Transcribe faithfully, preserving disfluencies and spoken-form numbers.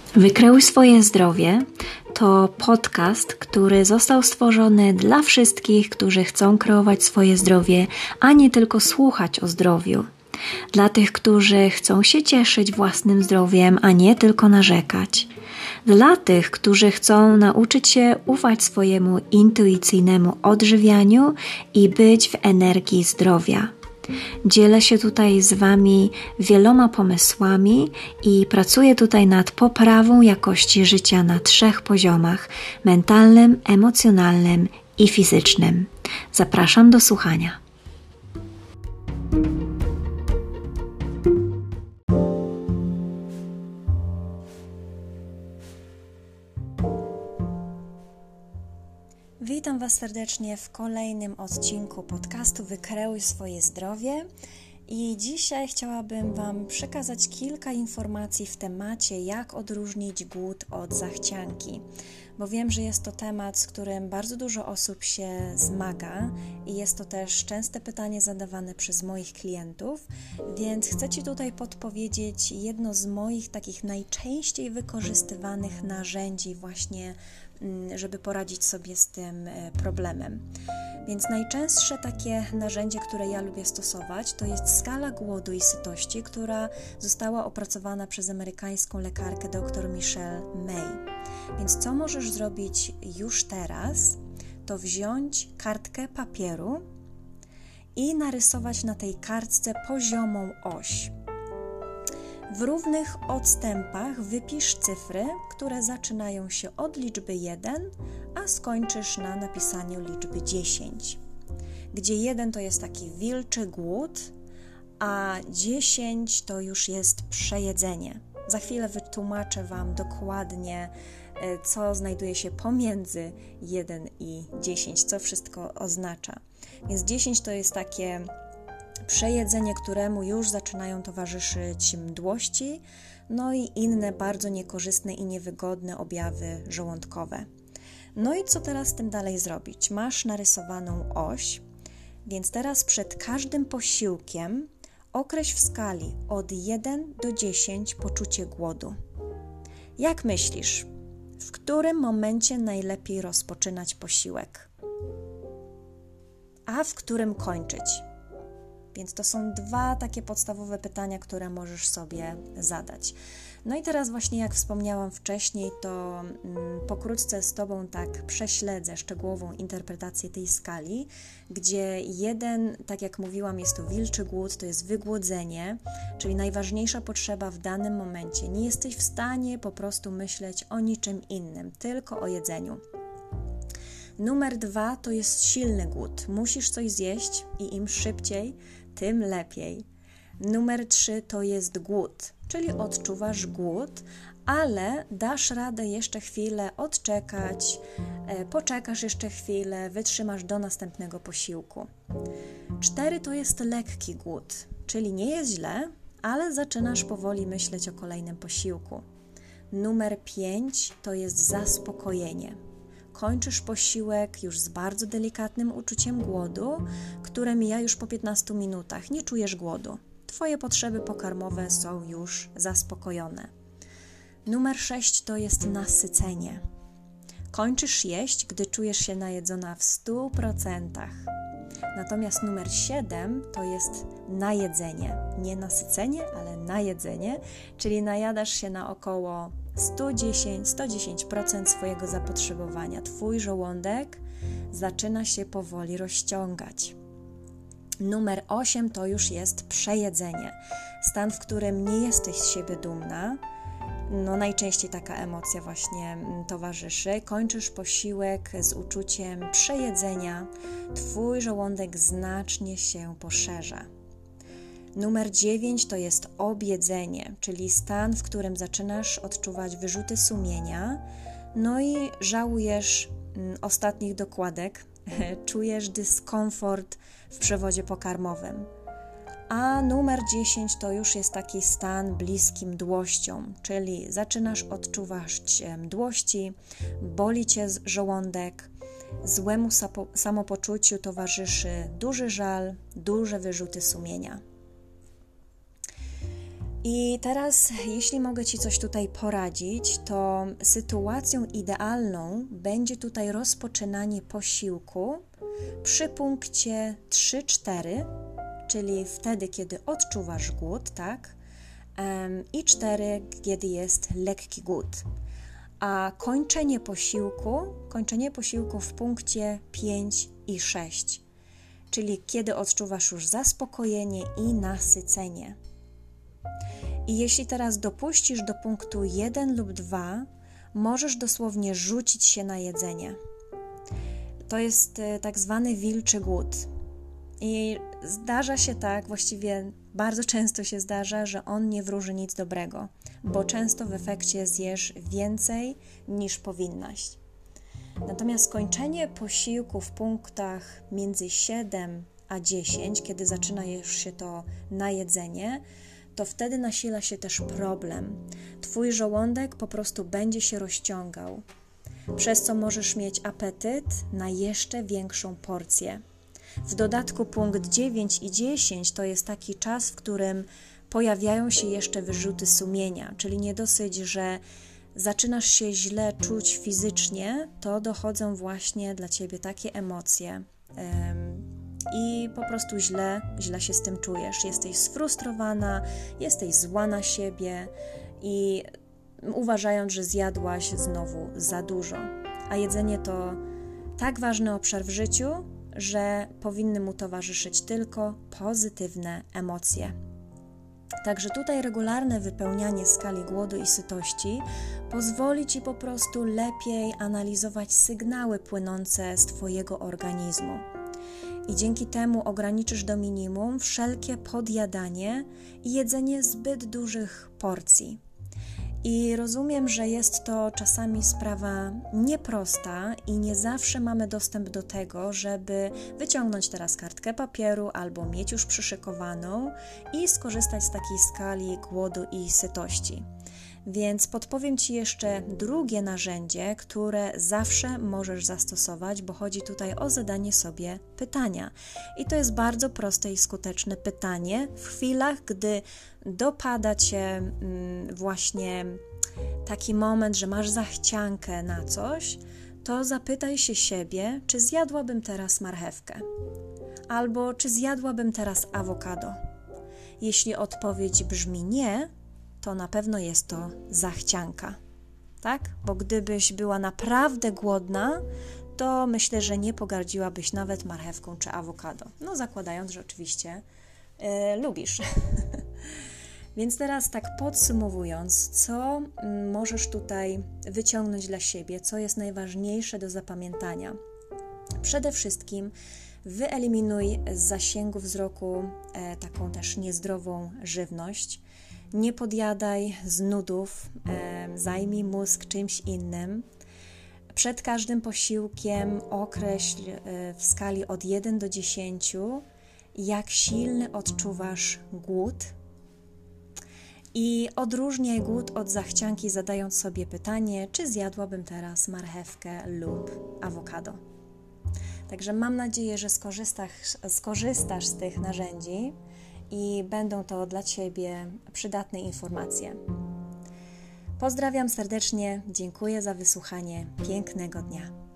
Wykreuj swoje zdrowie to podcast, który został stworzony dla wszystkich, którzy chcą kreować swoje zdrowie, a nie tylko słuchać o zdrowiu. Dla tych, którzy chcą się cieszyć własnym zdrowiem, a nie tylko narzekać. Dla tych, którzy chcą nauczyć się ufać swojemu intuicyjnemu odżywianiu i być w energii zdrowia. Dzielę się tutaj z Wami wieloma pomysłami i pracuję tutaj nad poprawą jakości życia na trzech poziomach: mentalnym, emocjonalnym i fizycznym. Zapraszam do słuchania. Witam Was serdecznie w kolejnym odcinku podcastu Wykreuj swoje zdrowie i dzisiaj chciałabym Wam przekazać kilka informacji w temacie, jak odróżnić głód od zachcianki, bo wiem, że jest to temat, z którym bardzo dużo osób się zmaga i jest to też częste pytanie zadawane przez moich klientów, więc chcę Ci tutaj podpowiedzieć jedno z moich takich najczęściej wykorzystywanych narzędzi właśnie, żeby poradzić sobie z tym problemem. Więc najczęstsze takie narzędzie, które ja lubię stosować, to jest skala głodu i sytości, która została opracowana przez amerykańską lekarkę dr Michelle May. Więc co możesz zrobić już teraz, to wziąć kartkę papieru i narysować na tej kartce poziomą oś. W równych odstępach wypisz cyfry, które zaczynają się od liczby jeden, a skończysz na napisaniu liczby dziesięć. Gdzie jeden to jest taki wilczy głód, a dziesięć to już jest przejedzenie. Za chwilę wytłumaczę Wam dokładnie, co znajduje się pomiędzy jeden i dziesięć, co wszystko oznacza. Więc dziesięć to jest takie przejedzenie, któremu już zaczynają towarzyszyć mdłości, no i inne bardzo niekorzystne i niewygodne objawy żołądkowe. No i co teraz z tym dalej zrobić? Masz narysowaną oś, więc teraz przed każdym posiłkiem określ w skali od jeden do dziesięciu poczucie głodu. Jak myślisz, w którym momencie najlepiej rozpoczynać posiłek? A w którym kończyć? Więc to są dwa takie podstawowe pytania, które możesz sobie zadać. No i teraz właśnie, jak wspomniałam wcześniej, to mm, pokrótce z Tobą tak prześledzę szczegółową interpretację tej skali, gdzie jeden, tak jak mówiłam, jest to wilczy głód, to jest wygłodzenie, czyli najważniejsza potrzeba w danym momencie. Nie jesteś w stanie po prostu myśleć o niczym innym, tylko o jedzeniu. Numer dwa to jest silny głód. Musisz coś zjeść i im szybciej, tym lepiej. Numer trzy to jest głód, czyli odczuwasz głód, ale dasz radę jeszcze chwilę odczekać, e, poczekasz jeszcze chwilę, wytrzymasz do następnego posiłku. Cztery to jest lekki głód, czyli nie jest źle, ale zaczynasz powoli myśleć o kolejnym posiłku. Numer pięć to jest zaspokojenie. Kończysz posiłek już z bardzo delikatnym uczuciem głodu, które mija już po piętnastu minutach. Nie czujesz głodu. Twoje potrzeby pokarmowe są już zaspokojone. Numer sześć to jest nasycenie. Kończysz jeść, gdy czujesz się najedzona w stu procentach. Natomiast numer siedem to jest najedzenie. Nie nasycenie, ale najedzenie, czyli najadasz się na około sto dziesięć do stu dziesięciu procent swojego zapotrzebowania. Twój żołądek zaczyna się powoli rozciągać. Numer osiem to już jest przejedzenie. Stan, w którym nie jesteś z siebie dumna. No najczęściej taka emocja właśnie towarzyszy. Kończysz posiłek z uczuciem przejedzenia. Twój żołądek znacznie się poszerza. Numer dziewięć to jest objedzenie, czyli stan, w którym zaczynasz odczuwać wyrzuty sumienia, no i żałujesz mm, ostatnich dokładek, czujesz dyskomfort w przewodzie pokarmowym. A numer dziesięć to już jest taki stan bliski mdłościom, czyli zaczynasz odczuwać mdłości, boli Cię żołądek, złemu samopoczuciu towarzyszy duży żal, duże wyrzuty sumienia. I teraz, jeśli mogę Ci coś tutaj poradzić, to sytuacją idealną będzie tutaj rozpoczynanie posiłku przy punkcie trzy cztery, czyli wtedy, kiedy odczuwasz głód, tak? I cztery, kiedy jest lekki głód. A kończenie posiłku, kończenie posiłku w punkcie pięć i sześć, czyli kiedy odczuwasz już zaspokojenie i nasycenie. I jeśli teraz dopuścisz do punktu jeden lub dwa, możesz dosłownie rzucić się na jedzenie. To jest tak zwany wilczy głód. I zdarza się tak, właściwie bardzo często się zdarza, że on nie wróży nic dobrego, bo często w efekcie zjesz więcej niż powinnaś. Natomiast skończenie posiłku w punktach między siedem a dziesięć, kiedy zaczyna już się to najedzenie, to wtedy nasila się też problem. Twój żołądek po prostu będzie się rozciągał, przez co możesz mieć apetyt na jeszcze większą porcję. W dodatku punkt dziewięć i dziesięć to jest taki czas, w którym pojawiają się jeszcze wyrzuty sumienia, czyli nie dosyć, że zaczynasz się źle czuć fizycznie, to dochodzą właśnie dla Ciebie takie emocje ym, i po prostu źle, źle się z tym czujesz. Jesteś sfrustrowana, jesteś zła na siebie i uważając, że zjadłaś znowu za dużo. A jedzenie to tak ważny obszar w życiu, że powinny mu towarzyszyć tylko pozytywne emocje. Także tutaj regularne wypełnianie skali głodu i sytości pozwoli Ci po prostu lepiej analizować sygnały płynące z Twojego organizmu. I dzięki temu ograniczysz do minimum wszelkie podjadanie i jedzenie zbyt dużych porcji. I rozumiem, że jest to czasami sprawa nieprosta i nie zawsze mamy dostęp do tego, żeby wyciągnąć teraz kartkę papieru albo mieć już przyszykowaną i skorzystać z takiej skali głodu i sytości. Więc podpowiem Ci jeszcze drugie narzędzie, które zawsze możesz zastosować, bo chodzi tutaj o zadanie sobie pytania. I to jest bardzo proste i skuteczne pytanie w chwilach, gdy dopada Cię właśnie taki moment, że masz zachciankę na coś, to zapytaj się siebie, czy zjadłabym teraz marchewkę? Albo czy zjadłabym teraz awokado? Jeśli odpowiedź brzmi nie, to na pewno jest to zachcianka, tak? Bo gdybyś była naprawdę głodna, to myślę, że nie pogardziłabyś nawet marchewką czy awokado. No zakładając, że oczywiście yy, lubisz. Więc teraz tak podsumowując, co możesz tutaj wyciągnąć dla siebie, co jest najważniejsze do zapamiętania? Przede wszystkim wyeliminuj z zasięgu wzroku e, taką też niezdrową żywność. Nie podjadaj z nudów, e, zajmij mózg czymś innym. Przed każdym posiłkiem określ e, w skali od jeden do dziesięciu, jak silny odczuwasz głód. I odróżniaj głód od zachcianki, zadając sobie pytanie, czy zjadłabym teraz marchewkę lub awokado. Także mam nadzieję, że skorzystasz, skorzystasz z tych narzędzi i będą to dla Ciebie przydatne informacje. Pozdrawiam serdecznie, dziękuję za wysłuchanie. Pięknego dnia.